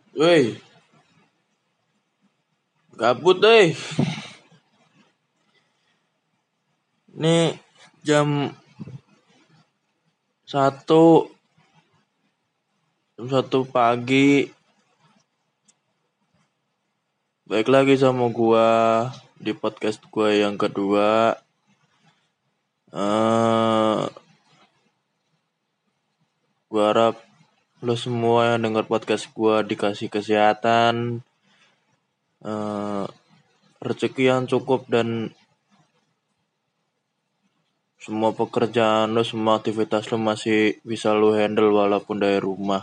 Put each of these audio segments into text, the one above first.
Woi, gabut deh. Nih jam satu jam 1 pagi. Baik lagi sama gua di podcast gua yang kedua. eh Gua harap lo semua yang denger podcast gua dikasih kesehatan, eh rezeki yang cukup, dan semua pekerjaan lo, semua aktivitas lo masih bisa lo handle walaupun dari rumah.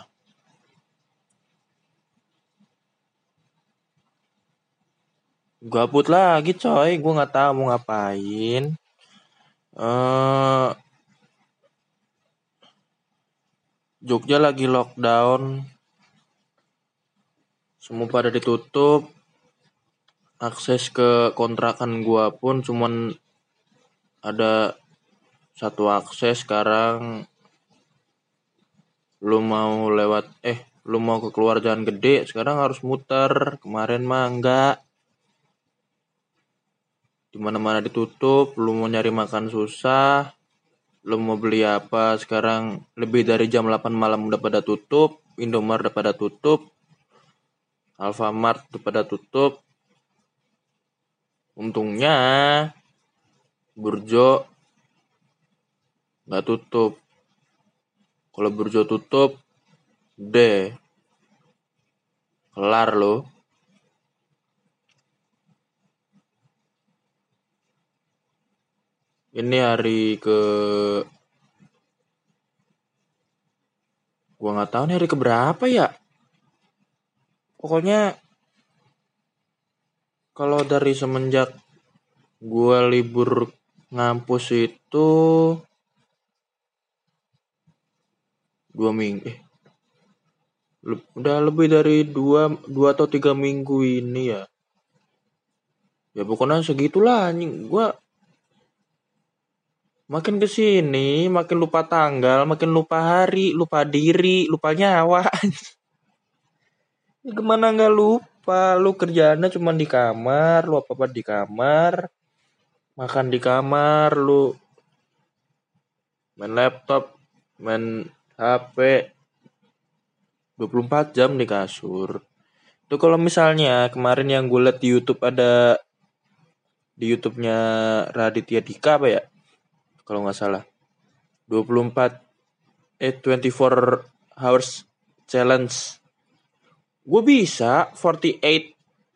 Gabut lagi coy, gua nggak tahu mau ngapain. eh Jogja lagi lockdown, semua pada ditutup. Akses ke kontrakan gua pun cuman ada satu akses sekarang. Lu mau ke keluar jalan gede sekarang harus muter. Kemarin mah enggak. Di mana-mana ditutup, lu mau nyari makan susah. Lu mau beli apa sekarang lebih dari jam 8 malam udah pada tutup. Indomaret udah pada tutup. Alfamart udah pada tutup. Untungnya Burjo nggak tutup. Kalau Burjo tutup, deh kelar lo. Ini hari gua nggak tahu nih hari keberapa ya. Pokoknya kalau dari semenjak gua libur ngampus itu 2 minggu. Udah lebih dari 2 atau 3 minggu ini ya. Ya pokoknya segitulah anjing. Gua makin kesini makin lupa tanggal, makin lupa hari, lupa diri, lupa nyawa. Ya gimana nggak lupa? Lu kerjaannya cuma di kamar, lu apa-apa di kamar, makan di kamar, lu main laptop, main HP 24 jam di kasur. Itu kalau misalnya kemarin yang gue liat di YouTube, ada di YouTube-nya Raditya Dika apa ya? Kalau nggak salah. 24 hours challenge. Gue bisa 48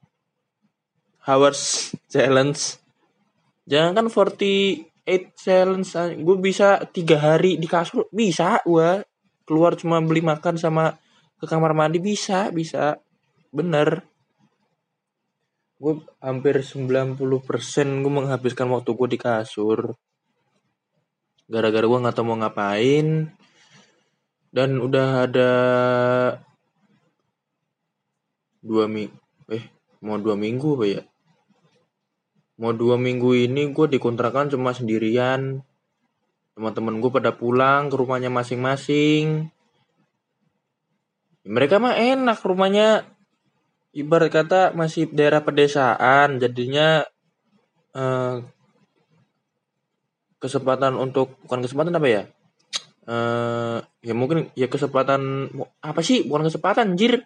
hours challenge. Jangan kan 48 challenge, gue bisa 3 hari di kasur. Bisa gue keluar cuma beli makan sama ke kamar mandi, bisa. Bener. Gue hampir 90% gue menghabiskan waktu gue di kasur. Gara-gara gue gak tahu mau ngapain. Dan udah ada 2 minggu apa ya? Mau 2 minggu ini gue dikontrakan cuma sendirian. Teman-teman gue pada pulang ke rumahnya masing-masing. Mereka mah enak rumahnya, ibarat kata masih daerah pedesaan, jadinya bukan kesempatan apa ya? Ya mungkin ya kesempatan apa sih? Bukan kesempatan, anjir.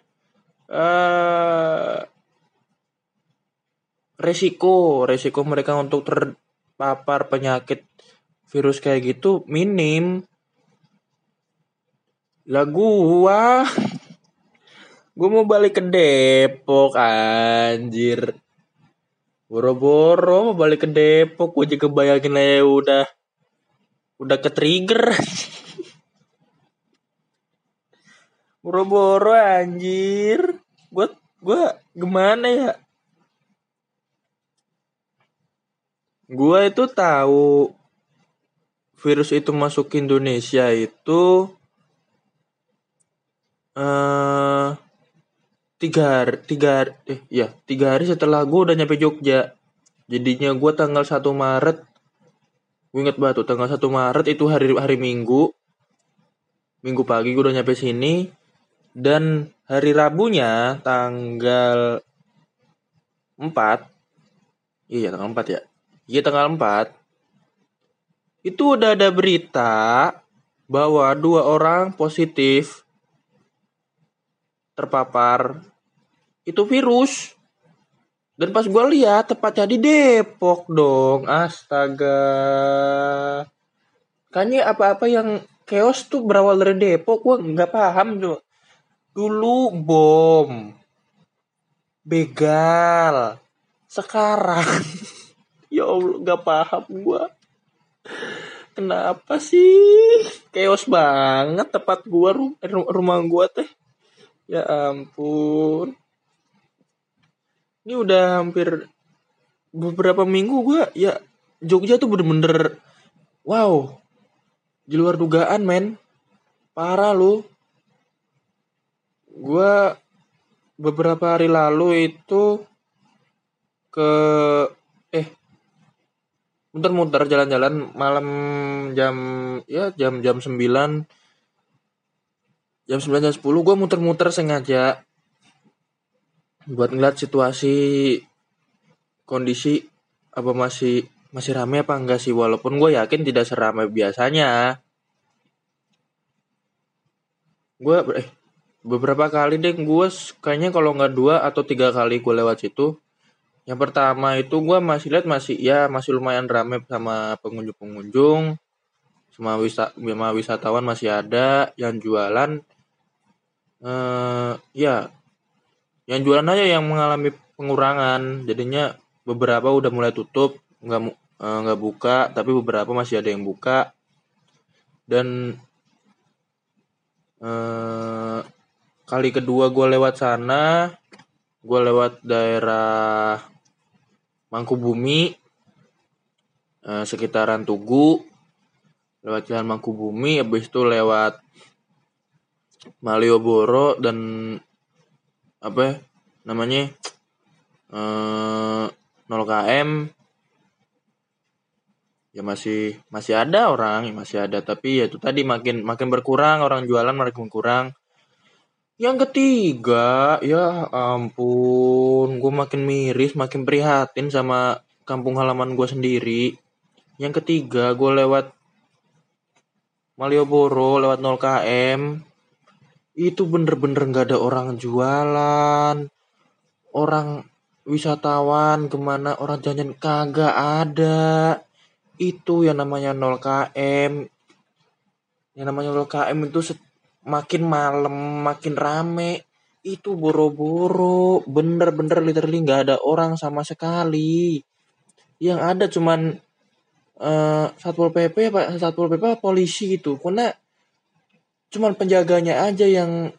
Resiko mereka untuk terpapar penyakit virus kayak gitu minim. Lah gua mau balik ke Depok anjir. Boro-boro mau balik ke Depok, gue juga bayangin aja udah ke trigger. Boro-boro anjir. Gue gimana ya? Gue itu tahu virus itu masuk ke Indonesia itu 3 hari setelah gue udah nyampe Jogja. Jadinya gue tanggal 1 Maret, gue inget banget tuh, tanggal 1 Maret itu hari Minggu pagi gue udah nyampe sini. Dan hari Rabunya tanggal 4, iya tanggal 4 ya. Iya tanggal 4 itu udah ada berita bahwa 2 orang positif terpapar itu virus. Dan pas gue lihat tepatnya di Depok dong. Astaga. Kayaknya apa-apa yang chaos tuh berawal dari Depok. Gue nggak paham tuh. Dulu bom, begal, sekarang ya Allah nggak paham gue. Kenapa sih chaos banget tempat gue rumah gue teh. Ya ampun. Ini udah hampir beberapa minggu gue ya Jogja tuh bener-bener wow, di luar dugaan men. Parah lu. Gue beberapa hari lalu itu ke muter-muter jalan-jalan malam jam jam 9 jam 10 gue muter-muter sengaja buat ngeliat situasi kondisi apa masih rame apa enggak sih, walaupun gue yakin tidak seramai biasanya. Gue beberapa kali deh gue kayaknya kalau nggak 2 atau 3 kali gue lewat situ. Yang pertama itu gue masih lihat masih lumayan ramai sama pengunjung-pengunjung, sama wisatawan masih ada yang jualan. Ya, yang jualan aja yang mengalami pengurangan, jadinya beberapa udah mulai tutup, nggak buka, tapi beberapa masih ada yang buka. Dan kali kedua gue lewat sana, gue lewat daerah Mangkubumi, sekitaran Tugu, lewat jalan Mangkubumi, habis itu lewat Malioboro dan apa namanya 0 km. Ya masih ada orang, masih ada, tapi ya itu tadi makin berkurang, orang jualan makin berkurang. Yang ketiga, ya ampun, gue makin miris, makin prihatin sama kampung halaman gue sendiri. Yang ketiga, gue lewat Malioboro, lewat 0 km, itu bener-bener gak ada orang jualan, orang wisatawan kemana, orang jajan kagak ada. Itu yang namanya 0 km. Yang namanya 0 km itu makin malam makin rame. Itu boro-boro, bener-bener literally gak ada orang sama sekali. Yang ada cuman Satpol PP polisi gitu. Karena cuman penjaganya aja yang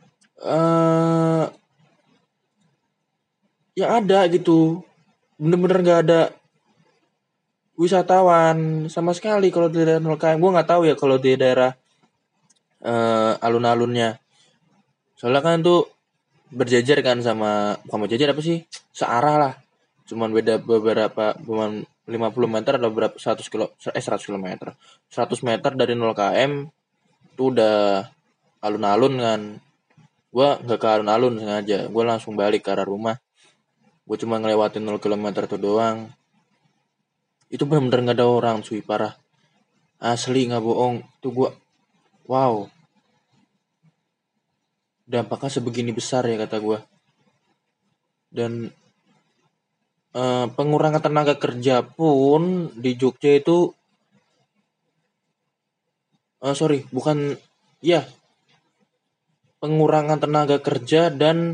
ada gitu. Bener-bener gak ada wisatawan sama sekali kalau di daerah 0 km. Gue nggak tahu ya kalau di daerah alun-alunnya. Soalnya kan tuh berjejer kan sama, bukan berjejer apa sih, searah lah. Cuman beda beberapa, cuman 50 meter atau berapa 100 km 100 meter dari 0 km itu udah alun-alun kan. Gue nggak ke alun-alun sengaja, gue langsung balik ke arah rumah. Gue cuma ngelewatin 0 km itu doang. Itu benar-benar nggak ada orang cuy, parah. Asli nggak bohong. Tuh gue, wow. Dampaknya sebegini besar ya kata gue. Dan pengurangan tenaga kerja pun di Jogja itu, pengurangan tenaga kerja dan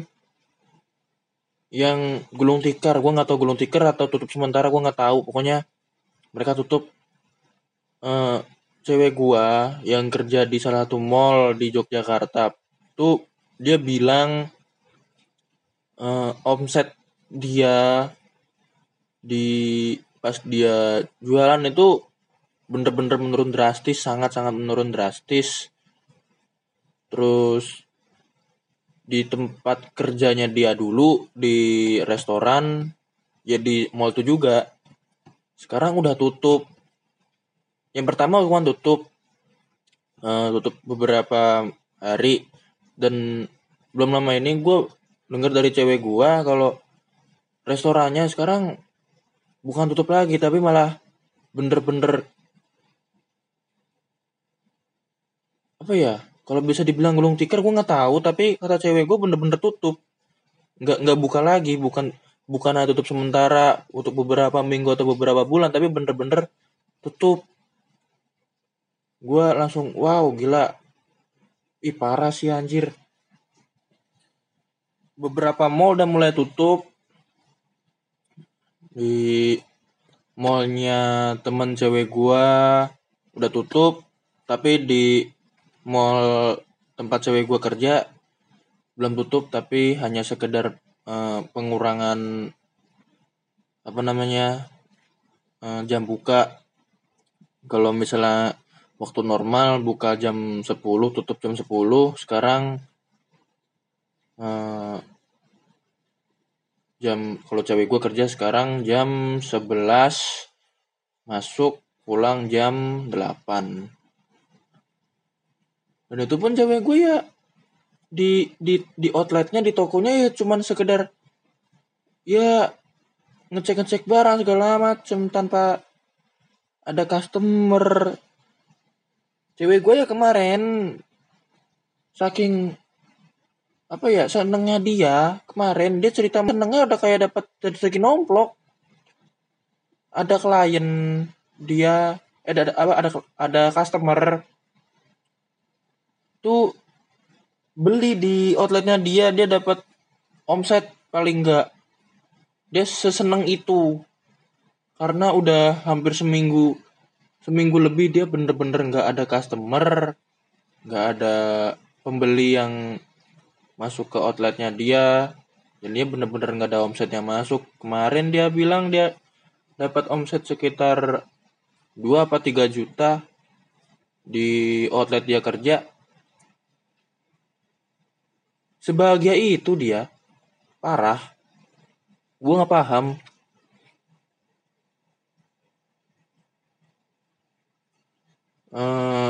yang gulung tikar. Gue nggak tahu gulung tikar atau tutup sementara, gue nggak tahu. Pokoknya mereka tutup. Cewek gua yang kerja di salah satu mall di Yogyakarta tuh dia bilang omset dia pas dia jualan itu bener-bener menurun drastis, sangat-sangat menurun drastis. Terus di tempat kerjanya dia dulu di restoran, ya di mall itu juga, sekarang udah tutup. Yang pertama bukan tutup beberapa hari, dan belum lama ini gue denger dari cewek gue kalau restorannya sekarang bukan tutup lagi tapi malah bener-bener apa ya, kalau bisa dibilang gulung tikar gue nggak tahu, tapi kata cewek gue bener-bener tutup, nggak buka lagi, bukan bukan tutup sementara untuk beberapa minggu atau beberapa bulan, tapi bener-bener tutup. Gue langsung wow gila, ih parah sih anjir. Beberapa mall udah mulai tutup. Di mallnya temen cewek gue udah tutup, tapi di mall tempat cewek gue kerja belum tutup, tapi hanya sekedar pengurangan apa namanya jam buka. Kalau misalnya waktu normal buka jam 10 tutup jam 10, sekarang eh, jam kalau cewek gue kerja sekarang jam 11 masuk, pulang jam 8. Dan itu pun cewek gue ya di outletnya, di tokonya ya cuman sekedar ya ngecek-ngecek barang segala macem tanpa ada customer. Cewek gue ya kemarin saking apa ya senengnya dia, kemarin dia cerita senengnya udah kayak dapat rezeki nomplok. Ada klien dia ada customer tuh beli di outletnya dia dapat omset paling enggak. Dia seseneng itu karena udah hampir seminggu lebih dia bener-bener nggak ada customer, nggak ada pembeli yang masuk ke outletnya dia, dan dia bener-bener nggak ada omsetnya masuk. Kemarin dia bilang dia dapat omset sekitar 2 apa 3 juta di outlet dia kerja. Sebahagia itu dia, parah. Gue nggak paham. Eh,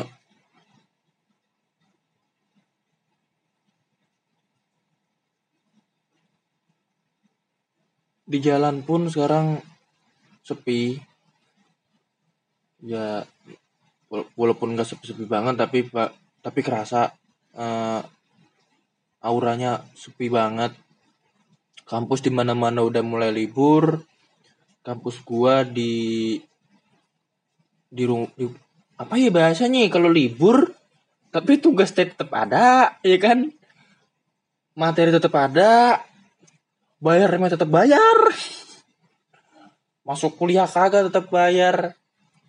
di jalan pun sekarang sepi. Ya walaupun nggak sepi-sepi banget, tapi kerasa eh, auranya sepi banget. Kampus di mana-mana udah mulai libur. Kampus gua di apa ya bahasanya ya, kalau libur tapi tugas tetap ada, ya kan? Materi tetap ada, bayarnya tetap bayar. Masuk kuliah kagak tetap bayar.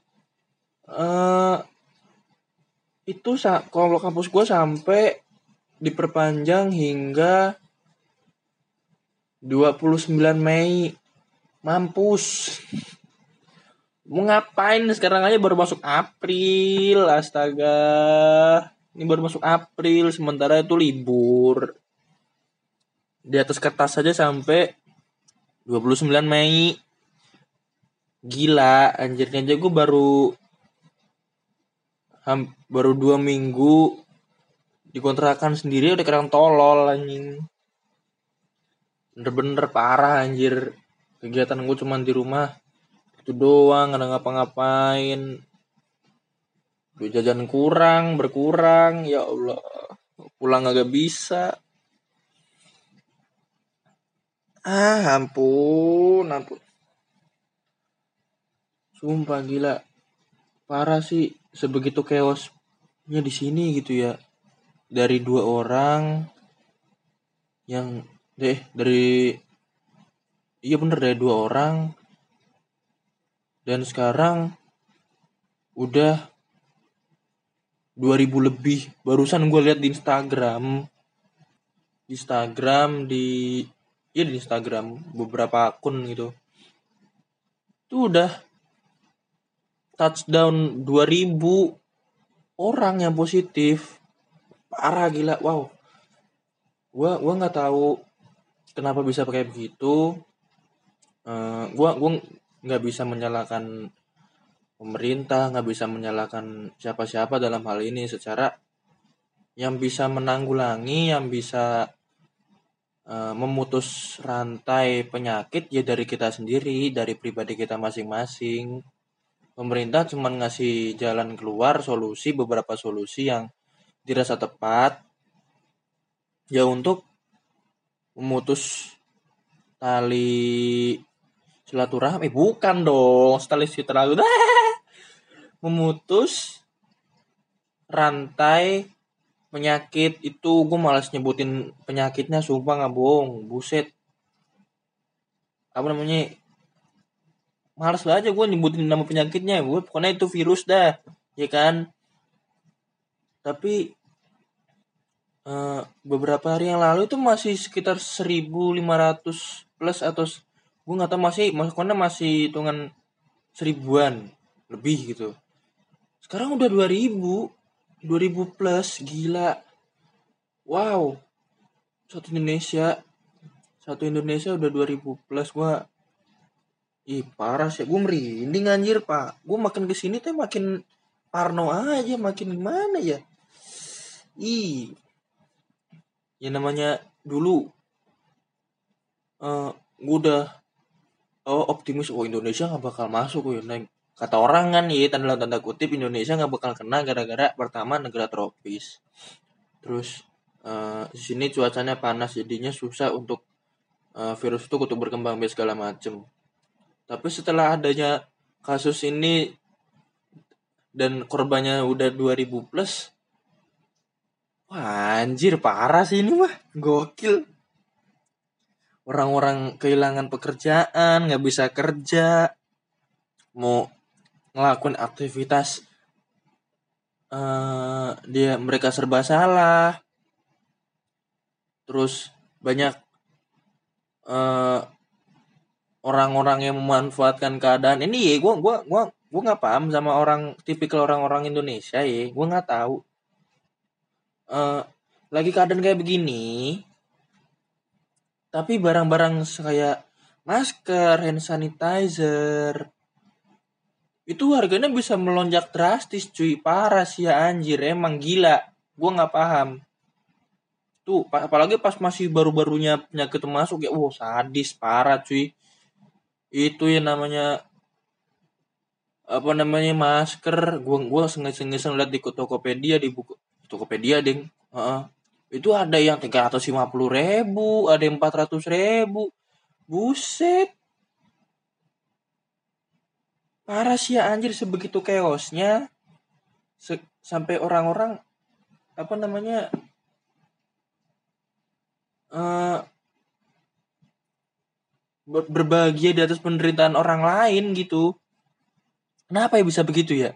Eh itu kalau kampus gua sampai diperpanjang hingga 29 Mei. Mampus. Mau ngapain sekarang aja baru masuk April, astaga. Ini baru masuk April, sementara itu libur. Di atas kertas saja sampai 29 Mei. Gila, anjirnya aja gue baru 2 minggu dikontrakan sendiri udah keren tolol anjing. Bener-bener parah anjir. Kegiatan gue cuman di rumah itu doang, nggak ngapa-ngapain. Duit jajan berkurang, ya Allah. Pulang agak bisa. Ampun. Sumpah gila. Parah sih sebegitu chaosnya di sini gitu ya. Dari 2 orang yang dari iya bener dari 2 orang, dan sekarang udah 2000 lebih. Barusan gue lihat di Instagram beberapa akun gitu. Itu udah touchdown 2000 orang yang positif. Parah gila, wow. Gua nggak tahu kenapa bisa kayak begitu. Gua nggak bisa menyalahkan pemerintah, nggak bisa menyalahkan siapa-siapa dalam hal ini. Secara yang bisa menanggulangi, yang bisa memutus rantai penyakit ya dari kita sendiri, dari pribadi kita masing-masing. Pemerintah cuma ngasih jalan keluar, beberapa solusi yang dirasa tepat ya untuk memutus tali silaturahmi. Bukan dong, tali silaturahmi. Memutus rantai penyakit itu. Gue malas nyebutin penyakitnya, sumpah nggak bohong, buset. Apa namanya, males aja gue nyebutin nama penyakitnya. Gue pokoknya itu virus dah, ya kan. Tapi beberapa hari yang lalu itu masih sekitar 1.500 plus, atau gue nggak tahu, masih hitungan seribuan lebih gitu. Sekarang udah 2000 plus, gila. Wow, satu Indonesia udah 2000 plus. Parah sih, gue merinding anjir pak. Gue makin kesini tuh makin parno aja, makin gimana ya. Ya namanya dulu gue udah optimis, Indonesia nggak bakal masuk ya. Kata orang kan ya, tanda kutip, Indonesia nggak bakal kena gara-gara pertama negara tropis. Terus di sini cuacanya panas, jadinya susah untuk virus itu untuk berkembang biak segala macem. Tapi setelah adanya kasus ini dan korbannya udah 2000 plus, wah anjir parah sih ini mah, gokil. Orang-orang kehilangan pekerjaan, nggak bisa kerja, mau ngelakuin aktivitas mereka serba salah. Terus banyak orang-orang yang memanfaatkan keadaan ini ya. Gue nggak paham sama tipikal orang-orang Indonesia ya. Gue nggak tahu. Lagi keadaan kayak begini, tapi barang-barang kayak masker, hand sanitizer itu harganya bisa melonjak drastis cuy. Parah sih ya anjir, emang gila. Gue nggak paham. Tuh apalagi pas masih baru-barunya penyakit masuk ya, sadis parah cuy. Itu yang namanya masker. Gue sengaja lihat di Tokopedia, di buku Tokopedia ding. Itu ada yang 350.000, ada yang 400.000. Buset. Parah sih ya anjir, sebegitu chaosnya. Sampai orang-orang berbahagia di atas penderitaan orang lain gitu. Kenapa ya bisa begitu ya?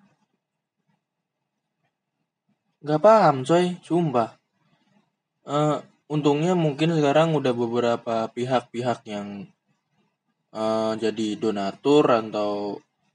Gak paham coy, sumpah. Untungnya mungkin sekarang udah beberapa pihak-pihak yang jadi donatur atau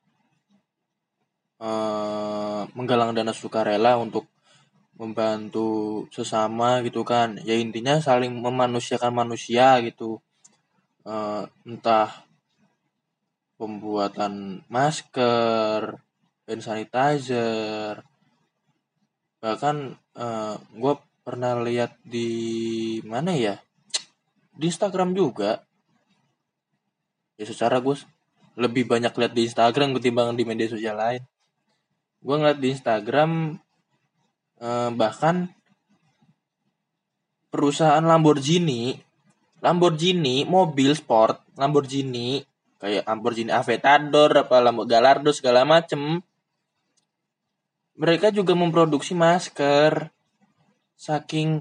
menggalang dana sukarela untuk membantu sesama gitu kan. Ya intinya saling memanusiakan manusia gitu. Entah pembuatan masker, hand sanitizer. Bahkan gue pernah lihat di mana ya, di Instagram juga. Ya secara gue lebih banyak lihat di Instagram ketimbang di media sosial lain. Gue ngeliat di Instagram bahkan perusahaan Lamborghini mobil sport Lamborghini, kayak Lamborghini Aventador, Gallardo segala macem, mereka juga memproduksi masker. Saking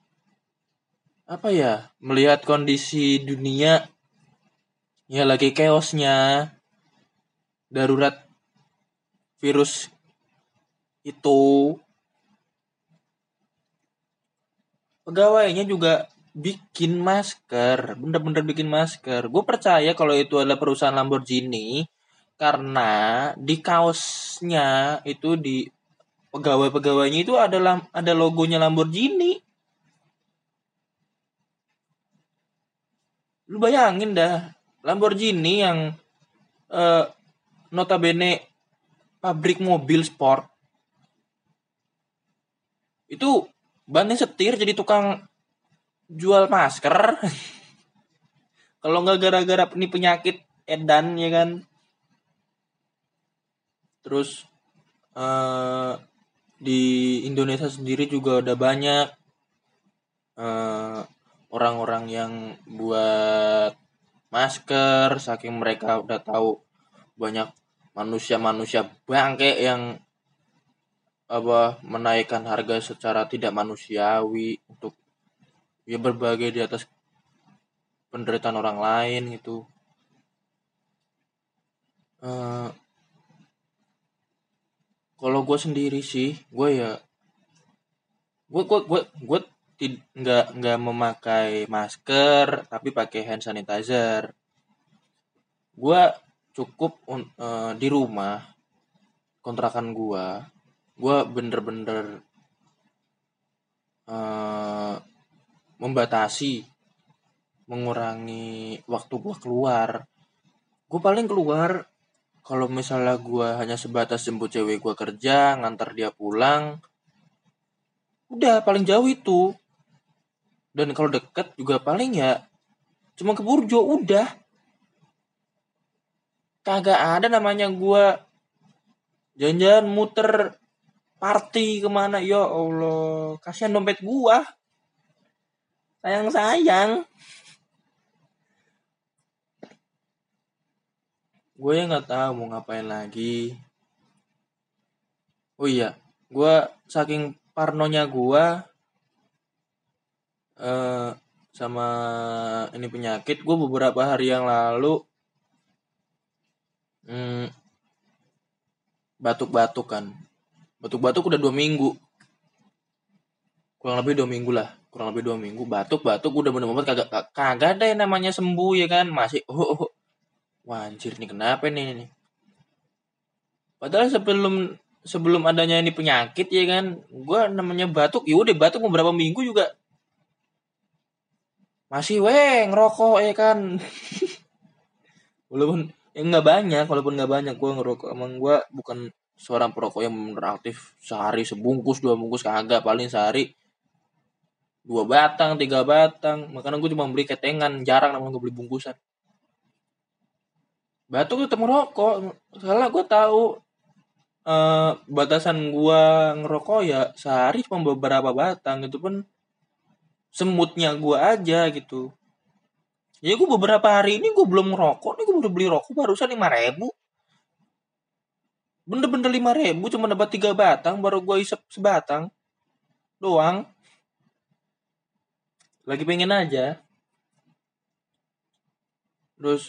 melihat kondisi dunia ya lagi chaosnya, darurat virus itu, pegawainya juga bikin masker, bener-bener bikin masker. Gue percaya kalau itu adalah perusahaan Lamborghini, karena di kaosnya itu, di pegawai-pegawainya itu ada logonya Lamborghini. Lu bayangin dah, Lamborghini yang notabene pabrik mobil sport, itu bannya setir jadi tukang jual masker. Kalau nggak gara-gara ini penyakit edan ya kan. Terus eh, di Indonesia sendiri juga udah banyak eh, orang-orang yang buat masker, saking mereka udah tahu banyak manusia-manusia bangke yang apa menaikkan harga secara tidak manusiawi untuk ya berbagai di atas penderitaan orang lain gitu. Eh, Kalau gue sendiri sih, gue ya gue nggak memakai masker tapi pakai hand sanitizer. Gue cukup di rumah kontrakan gue bener-bener eh, membatasi, mengurangi waktu gue keluar. Gue paling keluar kalau misalnya gue hanya sebatas jemput cewek gue kerja, ngantar dia pulang, udah paling jauh itu. Dan kalau deket juga paling ya cuma ke Burjo udah. Kagak ada namanya gue jalan-jalan muter party kemana. Ya Allah, kasihan dompet gue. Sayang-sayang. Gue ya nggak tahu mau ngapain lagi. Oh iya, gue saking parnonya gue eh, sama ini penyakit, gue beberapa hari yang lalu hmm, batuk-batuk kan. Batuk-batuk udah 2 minggu, kurang lebih 2 minggu lah, kurang lebih 2 minggu batuk-batuk udah bener-bener kagak kagak ada yang namanya sembuh ya kan, masih wah anjir nih kenapa nih. Padahal sebelum sebelum adanya ini penyakit ya kan, gue namanya batuk, ya udah batuk beberapa minggu juga masih ngerokok ya kan. Walaupun ya nggak banyak gue ngerokok, emang gue bukan seorang perokok yang bener aktif sehari sebungkus 2 bungkus, kagak, paling sehari 2 batang 3 batang, makanya gue cuma beli ketengan, jarang namanya gue beli bungkusan. Batuk tetap ngerokok, soalnya gue tahu batasan gue ngerokok ya sehari cuma beberapa batang, itu pun semutnya gue aja gitu. Ya gue beberapa hari ini gue belum ngerokok nih, gue baru beli rokok barusan 5.000, bener-bener 5.000 cuma dapat 3 batang, baru gue isep sebatang doang, lagi pengen aja. Terus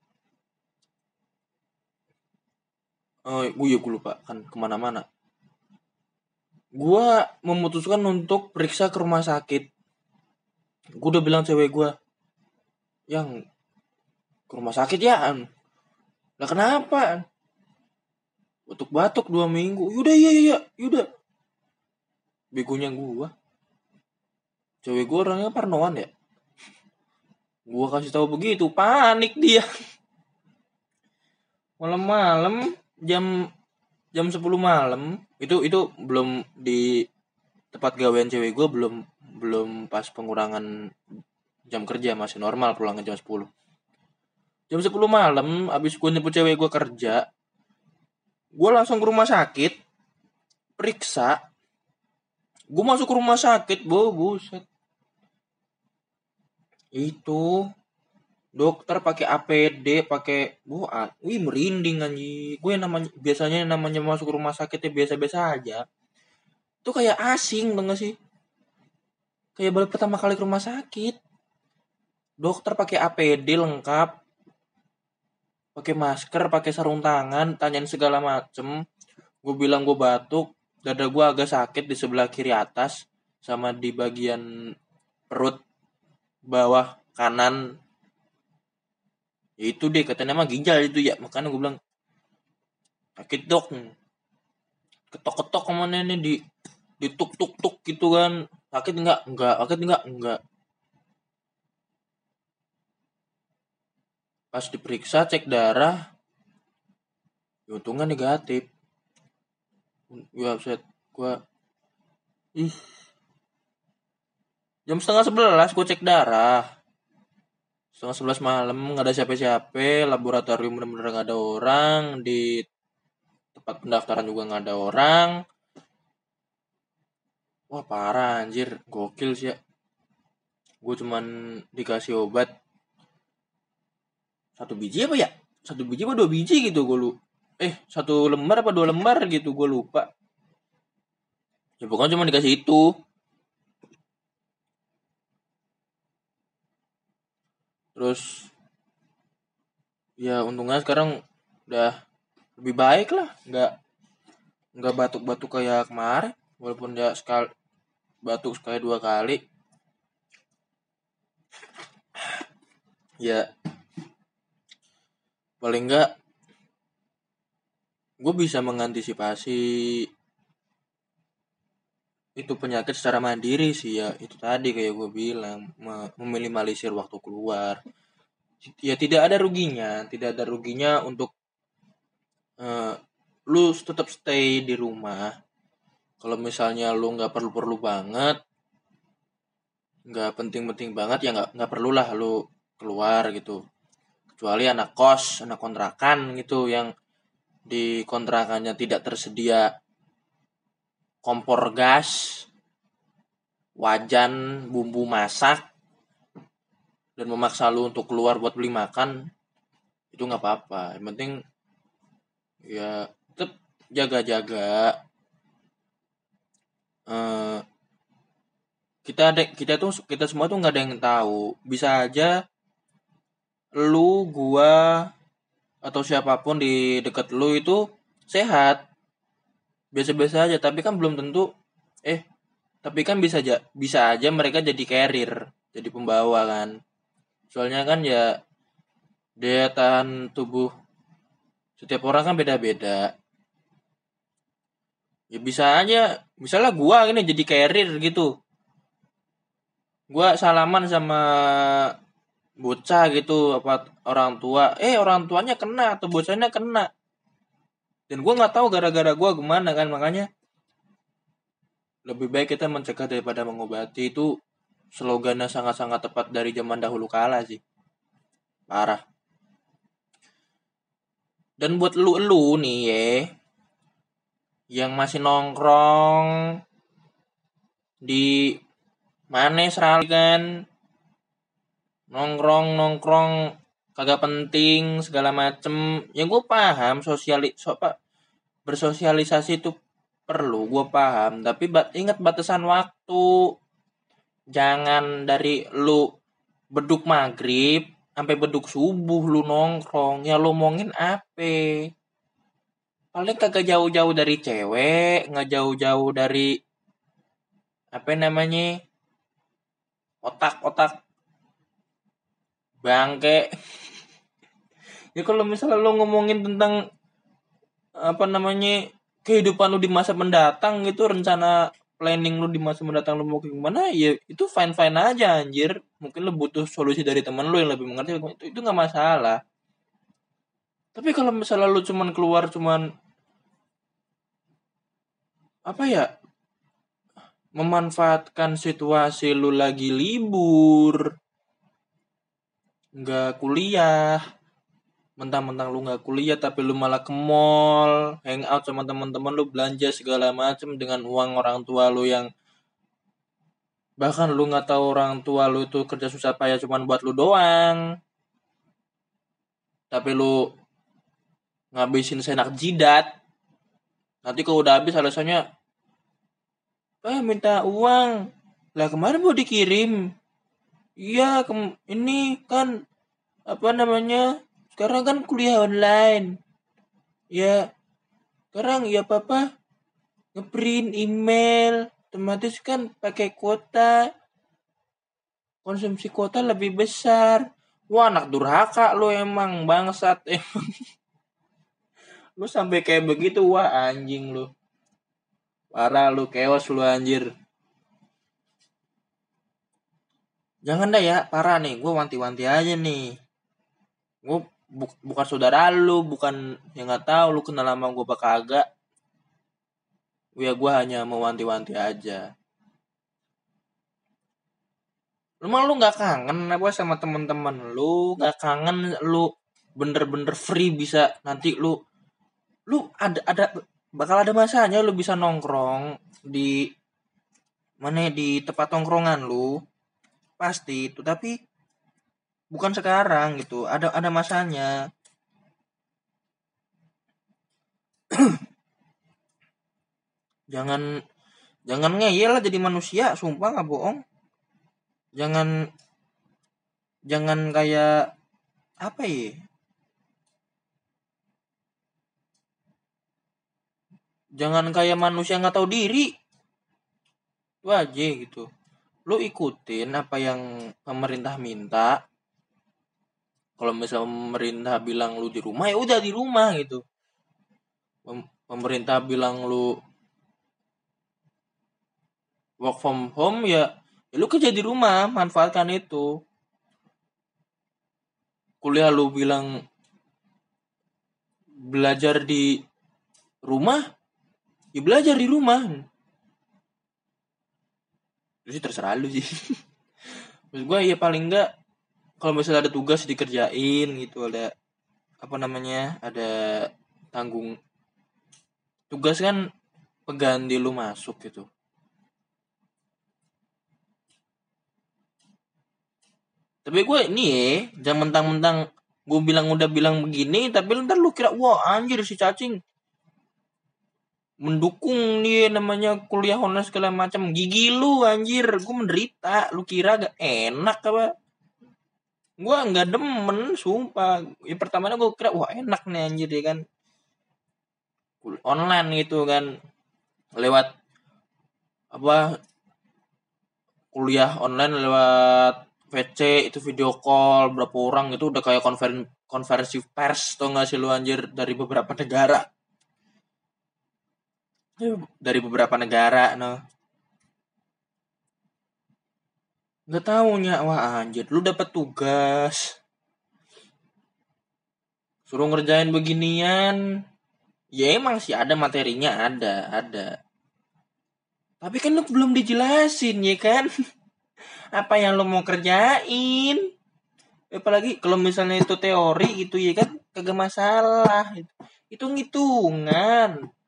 gue lupa kan kemana-mana, gue memutuskan untuk periksa ke rumah sakit. Gue udah bilang cewek gue, yang ke rumah sakit ya, lah kenapa, batuk-batuk 2 minggu, yaudah iya yaudah. Begonya gue, cewek gue orangnya parnoan ya, gue kasih tahu begitu panik dia. Malam-malam jam jam 10 malam, itu belum di tempat gawean cewek gue, belum belum pas pengurangan jam kerja, masih normal pulangnya jam 10. Jam 10 malam abis gue nyebut cewek gue kerja, gue langsung ke rumah sakit periksa. Gue masuk ke rumah sakit, buset, itu dokter pakai APD, pakai wih merinding anjing. Gue namanya masuk ke rumah sakit ya biasa-biasa aja, tuh kayak asing dong gak sih, kayak baru pertama kali ke rumah sakit. Dokter pakai APD lengkap, pakai masker, pakai sarung tangan, tanyain segala macem. Gue bilang gue batuk, dada gue agak sakit di sebelah kiri atas sama di bagian perut bawah kanan. Ya itu deh katanya mah ginjal itu ya, makanya gue bilang sakit dok, ketok-ketok kemana nih, di tuk gitu kan. Sakit enggak, sakit enggak. Pas diperiksa cek darah, ya untungnya negatif. Gue upset, gue ih Jam 10:30 gue cek darah. 10:30 malam, nggak ada siapa-siapa, laboratorium bener-bener nggak ada orang, di tempat pendaftaran juga nggak ada orang. Wah parah anjir, gokil sih ya. Gue cuman dikasih obat 1 biji apa ya? 1 biji apa 2 biji gitu gue lu. 1 lembar apa 2 lembar gitu gue lupa. Ya pokoknya cuma dikasih itu. Terus ya untungnya sekarang udah lebih baik lah, nggak batuk-batuk kayak kemarin, walaupun ya sekali batuk sekali 2 kali. Ya paling nggak gue bisa mengantisipasi itu penyakit secara mandiri sih ya. Itu tadi kayak gue bilang, meminimalisir waktu keluar. Ya tidak ada ruginya untuk lu tetap stay di rumah. Kalau misalnya lu nggak perlu-perlu banget, nggak penting-penting banget, ya nggak perlulah lu keluar gitu. Kecuali anak kos, anak kontrakan gitu, yang di kontrakannya tidak tersedia kompor gas, wajan bumbu masak, dan memaksa lu untuk keluar buat beli makan, itu nggak apa-apa. Yang penting ya tetap jaga-jaga. eh, kita semua tuh nggak ada yang tahu, bisa aja lu, gua, atau siapapun di dekat lu itu sehat biasa-biasa aja, tapi kan belum tentu tapi kan bisa aja mereka jadi carrier, jadi pembawa kan. Soalnya kan ya daya tahan tubuh setiap orang kan beda-beda. Ya bisa aja misalnya gua ini jadi carrier gitu, gua salaman sama bocah gitu, apa orang tua, orang tuanya kena atau bocahnya kena, dan gua nggak tahu gara-gara gua gimana kan. Makanya lebih baik kita mencegah daripada mengobati, itu slogannya sangat-sangat tepat dari zaman dahulu kala sih, parah. Dan buat lu nih yang masih nongkrong di mana serali kan, nongkrong kagak penting segala macem. Ya gue paham bersosialisasi itu perlu, gue paham, tapi ingat batasan waktu. Jangan dari lu beduk maghrib sampai beduk subuh lu nongkrong, ya lu ngomongin apa? Paling kagak jauh-jauh dari cewek, nggak jauh-jauh dari apa namanya, otak-otak bangke. Ya kalau misalnya lu ngomongin tentang apa namanya, kehidupan lu di masa mendatang gitu, rencana planning lu di masa mendatang lu mau gimana, ya itu fine fine aja anjir. Mungkin lu butuh solusi dari teman lu yang lebih mengerti, itu nggak masalah. Tapi kalau misalnya lu cuman keluar cuman apa ya, memanfaatkan situasi lu lagi libur, nggak kuliah, mentang-mentang lu nggak kuliah tapi lu malah ke mall, hangout sama teman-teman lu, belanja segala macem dengan uang orang tua lu, yang bahkan lu nggak tahu orang tua lu itu kerja susah payah cuman buat lu doang, tapi lu ngabisin senak jidat. Nanti kalau udah habis alasannya minta uang, lah kemarin mau dikirim. Iya, ini kan apa namanya, sekarang kan kuliah online ya, sekarang ya papa ngeprint email, otomatis kan pakai kuota, konsumsi kuota lebih besar. Wah, anak durhaka lu emang, bangsat emang. Lu sampai kayak begitu, wah anjing lu, parah lu, chaos lu anjir. Jangan dah ya, parah nih, gue wanti-wanti aja nih. Gue bukan saudara lu, bukan yang nggak tahu lu kenal sama gue apa kagak. Ya gue hanya mewanti-wanti aja. Lu nggak kangen apa sama teman-teman lu? Nggak kangen lu bener-bener free bisa nanti lu ada bakal ada masanya lu bisa nongkrong di mana ya, di tempat nongkrongan lu pasti itu, tapi bukan sekarang gitu, ada masanya. Jangan jangan ngeyel lah jadi manusia, sumpah nggak bohong. Jangan jangan kayak apa ya, jangan kayak manusia nggak tahu diri itu aja gitu. Lu ikutin apa yang pemerintah minta. Kalau misalnya pemerintah bilang lu di rumah, ya udah di rumah gitu. Pemerintah bilang lu work from home, ya lu kerja di rumah, manfaatkan itu. Kuliah lu bilang belajar di rumah, ya belajar di rumah. Itu sih terserah lu sih. Maksud gue ya paling enggak kalau misalnya ada tugas dikerjain gitu, ada apa namanya, ada tanggung tugas kan, pengganti lu masuk gitu. Tapi gue ini ya, jangan mentang-mentang gue udah bilang begini, tapi ntar lu kira wah anjir si cacing mendukung nih namanya kuliah online segala macam. Gigi lu anjir, gue menderita. Lu kira gak enak apa? Gue nggak demen, sumpah. Ya pertamanya gue kira wah enak nih anjir ya kan, online gitu kan, lewat apa, kuliah online lewat VC itu video call berapa orang itu udah kayak konferensi pers tuh nggak sih lu anjir, dari beberapa negara, dari beberapa negara noh. Nggak taunya wah anjir lu dapat tugas suruh ngerjain beginian. Ya emang sih ada materinya, ada, tapi kan lu belum dijelasin ya kan. Apa yang lu mau kerjain, apalagi kalau misalnya itu teori gitu ya kan, kagak masalah. Itu ngitungan.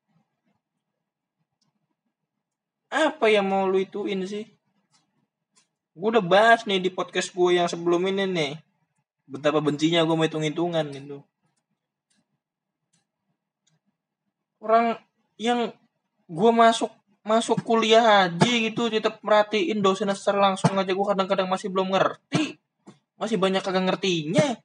Apa yang mau lu ituin sih? Gue udah bahas nih di podcast gue yang sebelum ini nih, betapa bencinya gue mau hitung-hitungan gitu. Orang yang gue masuk masuk kuliah aja gitu tetap merhatiin dosen secara langsung aja, gue kadang-kadang masih belum ngerti, masih banyak kagak ngertinya.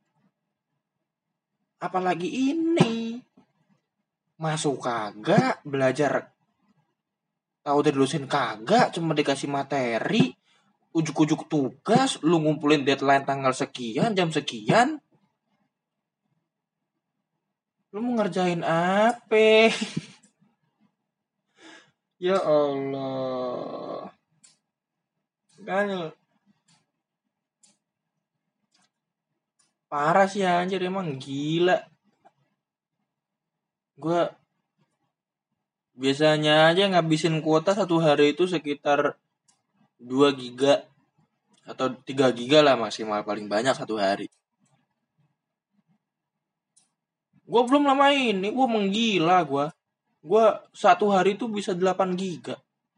Apalagi ini masuk kagak, belajar tahu dari dosen kagak, cuma dikasih materi, ujuk-ujuk tugas, lu ngumpulin deadline tanggal sekian, jam sekian. Lu mau ngerjain apa? Ya Allah. Kan parah sih anjir, emang gila. Gue biasanya aja ngabisin kuota satu hari itu sekitar 2 giga atau 3 giga lah maksimal, paling banyak satu hari. Gue belum lama ini, gue menggila gue. Gue satu hari itu bisa 8 giga.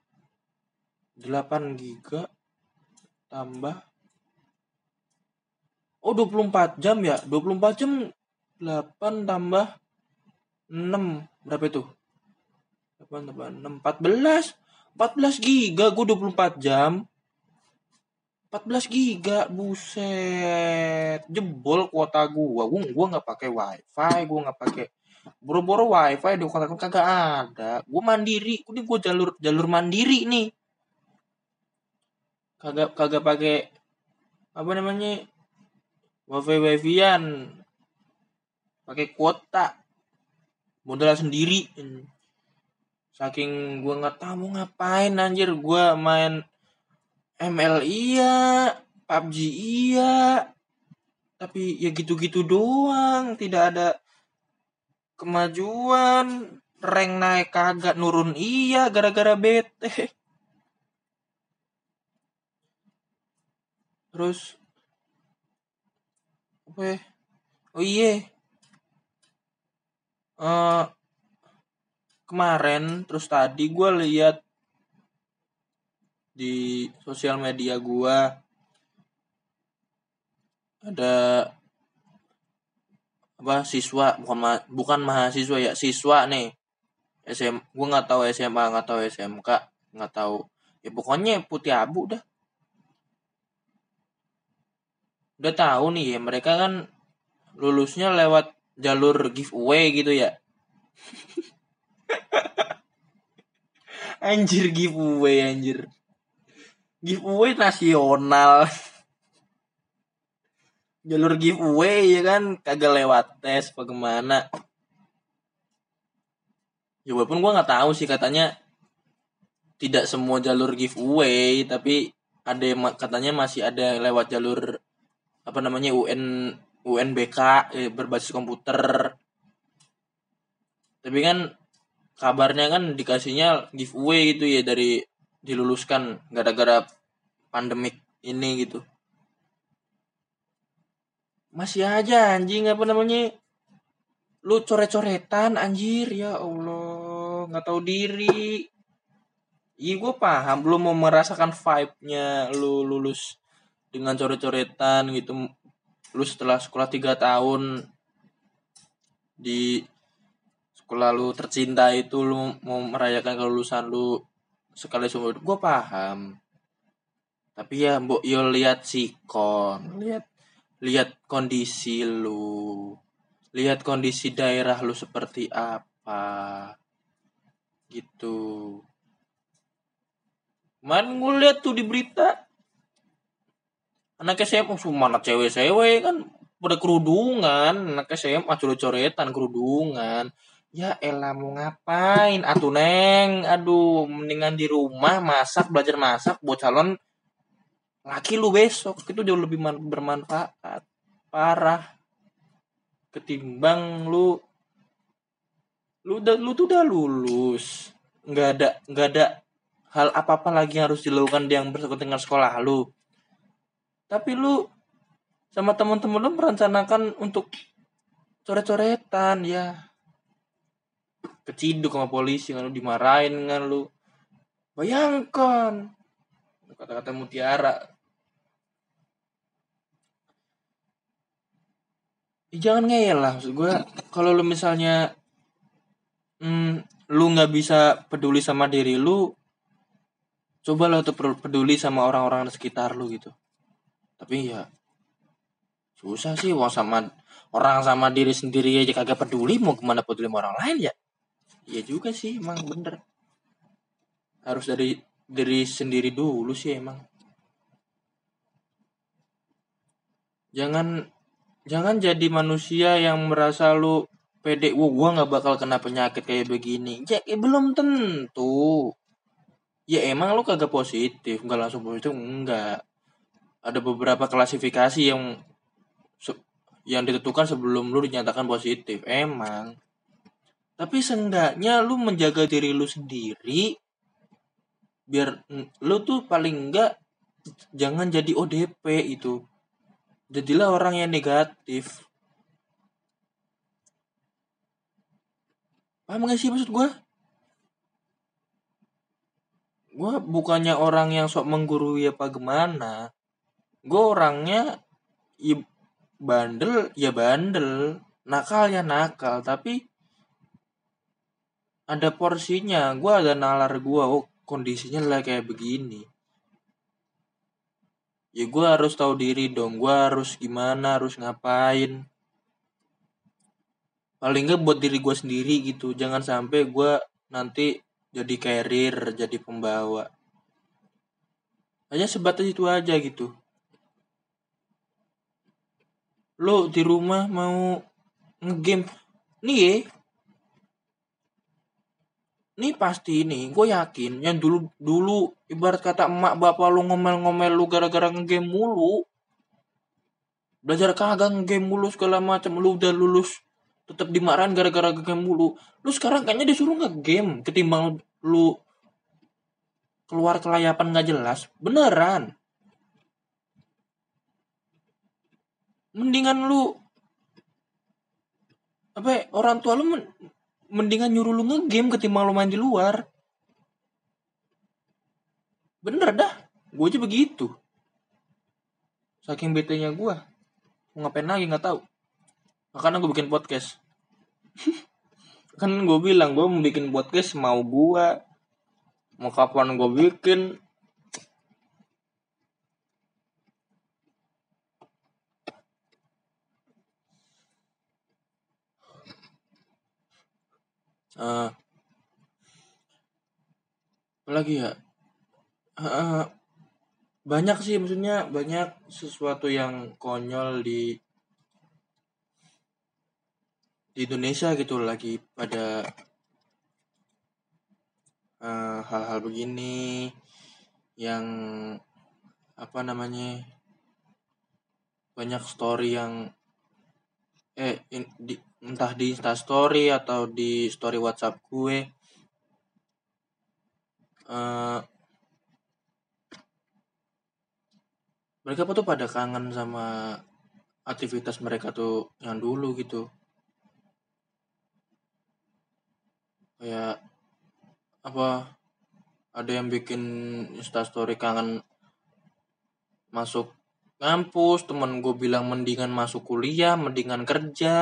8 giga tambah, oh 24 jam ya. 24 jam 8 tambah 6 berapa itu? 8 tambah 6 14 giga gue 24 jam. 14 giga, buset, jebol kuota gua nggak pakai wifi, gua nggak pakai, boro-boro wifi di kota kagak ada. Gua mandiri, ini gua jalur mandiri nih, kagak kagak pakai apa namanya, wifi-wifian, pakai kuota modal sendiri. Saking gua nggak tahu mau ngapain anjir, gua main ML iya, PUBG iya, tapi ya gitu-gitu doang, tidak ada kemajuan. Rank naik kagak, nurun iya gara-gara bete. Terus apa ya? Oh iya, eh kemarin terus tadi gue lihat di sosial media gue ada apa siswa, bukan mahasiswa ya, siswa nih gue nggak tahu SMA, nggak tahu SMK, nggak tahu, ya pokoknya putih abu udah tahu nih ya, mereka kan lulusnya lewat jalur giveaway gitu ya. Anjir, giveaway anjir, giveaway nasional. Jalur giveaway ya kan, kagak lewat tes bagaimana ya, walaupun gue nggak tahu sih, katanya tidak semua jalur giveaway, tapi ada katanya masih ada lewat jalur apa namanya UNBK, berbasis komputer. Tapi kan kabarnya kan dikasihnya giveaway gitu ya, dari diluluskan gara-gara pandemik ini gitu. Masih aja anjing, apa namanya, lu coret-coretan anjir, ya Allah, nggak tahu diri. Iya gue paham, lu mau merasakan vibe-nya lu lulus dengan coret-coretan gitu. Lu setelah sekolah 3 tahun di sekolah lu tercinta itu, lu mau merayakan kelulusan lu sekali seumur hidup, gue paham. Tapi ya mbok yo lihat sikon, lihat kondisi lu, lihat kondisi daerah lu seperti apa gitu. Kemarin gue lihat tuh di berita, anak SMA mana cewek-cewek kan pada kerudungan, anak SMA coret-coretan kerudungan. Ya elah, mau ngapain atuh neng, aduh mendingan di rumah masak, belajar masak buat calon laki lu besok, itu jauh lebih bermanfaat parah ketimbang lu tuh udah lulus, nggak ada hal apa-apa lagi yang harus dilakukan yang bersangkutan dengan sekolah lu, tapi lu sama teman-teman lu merencanakan untuk coret-coretan. Ya keciduk sama polisi kan, lu dimarahin kan, lu bayangkan kata-kata mutiara. Jangan ngeyel lah, maksud gue kalau lu misalnya lu nggak bisa peduli sama diri lu, coba lo tuh peduli sama orang-orang di sekitar lu gitu. Tapi ya susah sih, wong sama orang sama diri sendiri aja kagak peduli, mau kemana peduli sama orang lain ya. Iya juga sih, emang bener, harus dari diri sendiri dulu sih emang. Jangan jadi manusia yang merasa lu pede, gua nggak bakal kena penyakit kayak begini. Ya belum tentu. Ya emang lu kagak positif, nggak langsung positif, enggak. Ada beberapa klasifikasi yang ditentukan sebelum lu dinyatakan positif emang. Tapi seenggaknya lu menjaga diri lu sendiri, biar lu tuh paling enggak jangan jadi ODP itu. Jadilah orang yang negatif. Paham gak sih maksud gue? Gue bukannya orang yang sok menggurui apa gimana. Gue orangnya ya bandel, nakal ya nakal, tapi ada porsinya. Gue ada nalar gue, oh kondisinya lah kayak begini. Ya gue harus tahu diri dong, gue harus gimana, harus ngapain. Paling gak buat diri gue sendiri gitu. Jangan sampai gue nanti jadi carrier, jadi pembawa. Hanya sebatas itu aja gitu. Lo di rumah mau ngegame nih ya, nih pasti nih gue yakin yang dulu ibarat kata emak bapak lu ngomel-ngomel lu gara-gara ngegame mulu, belajar kagak, ngegame mulu segala macam, lu udah lulus tetap dimarahin gara-gara ngegame mulu. Lu sekarang kayaknya disuruh ngegame ketimbang lu keluar kelayapan nggak jelas, beneran. Mendingan lu orang tua lu mendingan nyuruh lu nge-game ketimbang lu main di luar. Bener dah, gue aja begitu. Saking bete-nya gue, mau ngapain lagi nggak tahu. Makanya gue bikin podcast. Kan gue bilang gue mau bikin podcast mau gue, mau kapan gue bikin. Apalagi ya, banyak sih, maksudnya banyak sesuatu yang konyol di Indonesia gitu lagi pada hal-hal begini yang apa namanya, banyak story yang entah di Insta story atau di story WhatsApp gue, eh, mereka tuh pada kangen sama aktivitas mereka tuh yang dulu gitu. Kayak apa, ada yang bikin Insta story kangen masuk ngampus, temen gue bilang mendingan masuk kuliah, mendingan kerja.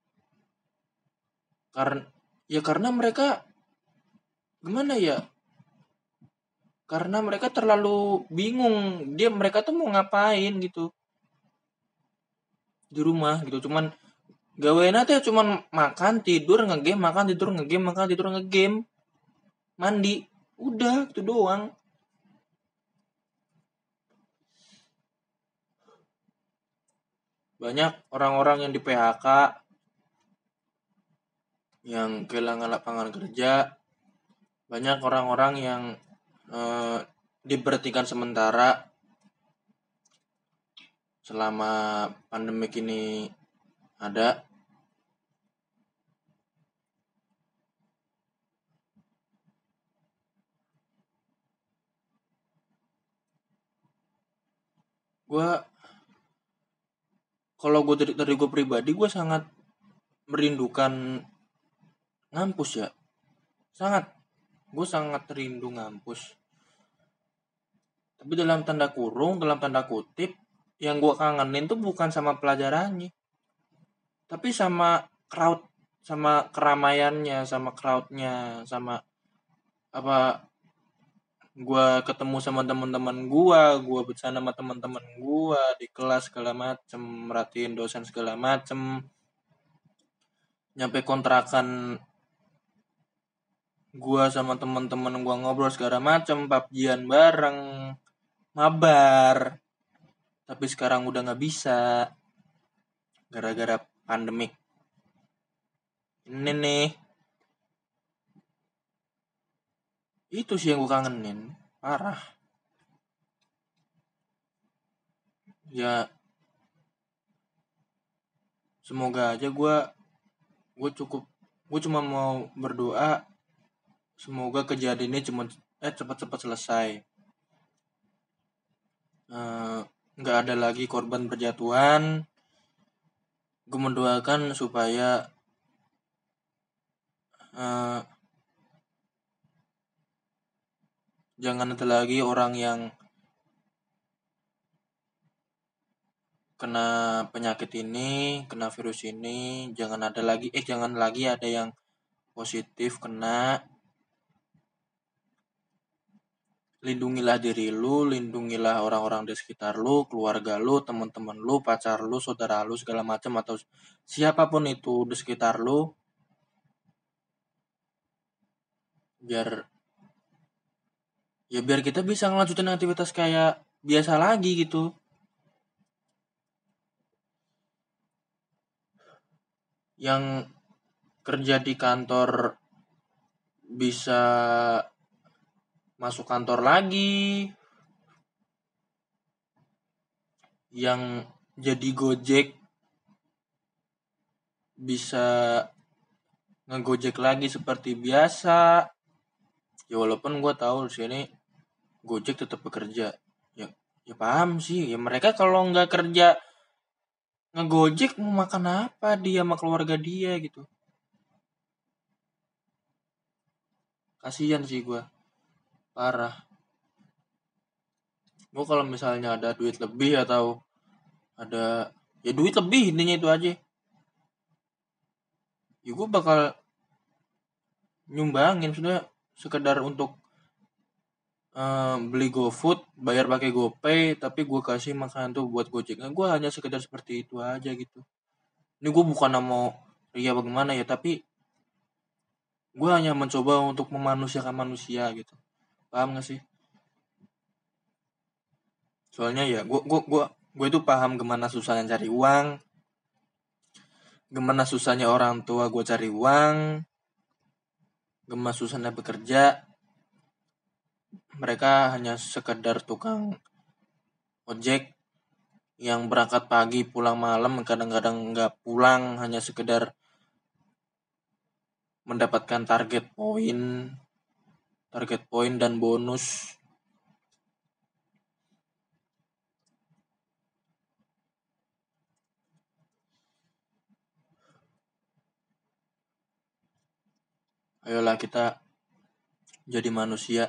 Karena mereka gimana ya? Karena mereka terlalu bingung, mereka tuh mau ngapain gitu di rumah gitu. Cuman gaweana teh cuman makan, tidur, ngegame, makan, tidur, ngegame, makan, tidur, ngegame, mandi. Udah gitu doang. Banyak orang-orang yang di PHK, yang kehilangan lapangan kerja. Banyak orang-orang yang diberhentikan sementara selama pandemik ini ada. Kalau gue dari gue pribadi, gue sangat merindukan ngampus ya. Gue sangat rindu ngampus. Tapi dalam tanda kurung, dalam tanda kutip, yang gue kangenin tuh bukan sama pelajarannya, tapi sama crowd, sama keramaiannya, sama crowdnya, sama apa, gue ketemu sama teman-teman gue bercanda sama teman-teman gue di kelas segala macem, merhatiin dosen segala macem, nyampe kontrakan gue sama teman-teman gue ngobrol segala macem, PUBG-an bareng, mabar. Tapi sekarang udah nggak bisa gara-gara pandemik ini nih. Itu sih yang gue kangenin parah ya. Semoga aja gue cuma mau berdoa semoga kejadian ini cepat-cepat selesai, nggak ada lagi korban berjatuhan. Gue mendoakan supaya jangan ada lagi orang yang kena penyakit ini, kena virus ini. Jangan lagi ada yang positif kena. Lindungilah diri lu, lindungilah orang-orang di sekitar lu, keluarga lu, teman-teman lu, pacar lu, saudara lu, segala macam, atau siapapun itu di sekitar lu, biar kita bisa ngelanjutin aktivitas kayak biasa lagi gitu. Yang kerja di kantor bisa masuk kantor lagi, yang jadi Gojek bisa ngegojek lagi seperti biasa. Ya walaupun gue tahu di sini Gojek tetap bekerja. Ya paham sih. Ya mereka kalau nggak kerja ngegojek mau makan apa dia sama keluarga dia gitu. Kasian sih gue, parah. Gue kalau misalnya ada duit lebih atau ada ya duit lebih intinya itu aja, ya gue bakal nyumbangin sudah sekedar untuk beli GoFood, bayar pakai GoPay, tapi gue kasih makanan tuh buat Gojek. Nah, gue hanya sekedar seperti itu aja gitu. Ini gue bukan mau ria bagaimana ya, tapi gue hanya mencoba untuk memanusiakan manusia gitu. Paham gak sih? Soalnya ya gue itu paham gimana susahnya cari uang, gimana susahnya orang tua gue cari uang, gimana susahnya bekerja. Mereka hanya sekedar tukang ojek yang berangkat pagi pulang malam, kadang-kadang nggak pulang, hanya sekedar mendapatkan target poin dan bonus. Ayolah kita jadi manusia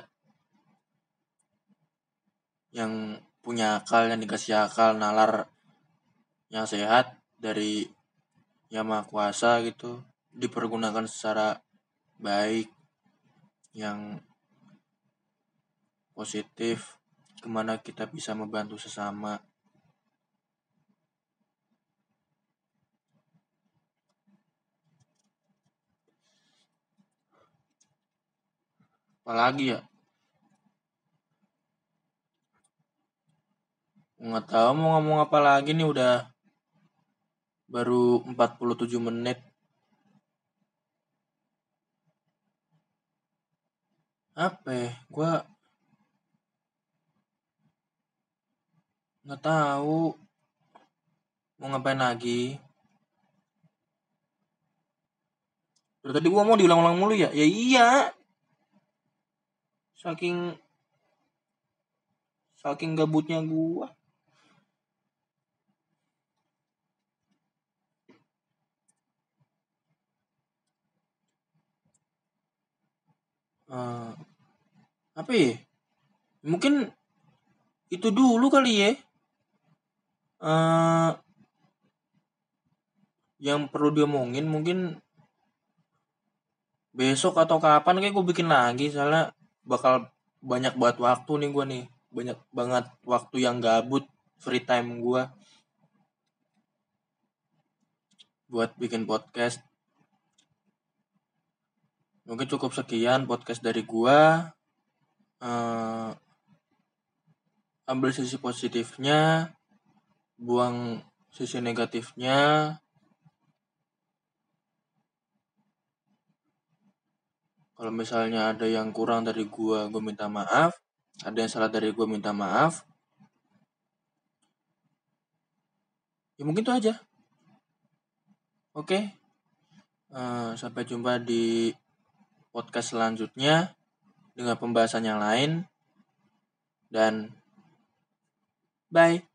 yang punya akal, yang dikasih akal, nalar yang sehat dari Yang Maha Kuasa gitu, dipergunakan secara baik, yang positif, kemana kita bisa membantu sesama. Apalagi ya, nggak tahu mau ngomong apa lagi nih, udah baru 47 menit. Apa ya? Gue nggak tahu mau ngapain lagi. Dari tadi gue mau diulang-ulang mulu ya. Ya iya. Saking gabutnya gue. Apa ya? Mungkin itu dulu kali ya. Yang perlu diomongin mungkin besok atau kapan kayak gue bikin lagi, soalnya bakal banyak banget waktu nih gue nih, banyak banget waktu yang gabut, free time gue buat bikin podcast. Mungkin cukup sekian podcast dari gue. Ambil sisi positifnya, buang sisi negatifnya. Kalau misalnya ada yang kurang dari gue minta maaf. Ada yang salah dari gue, minta maaf. Ya mungkin itu aja. Oke. Sampai jumpa di podcast selanjutnya dengan pembahasan yang lain. Dan bye.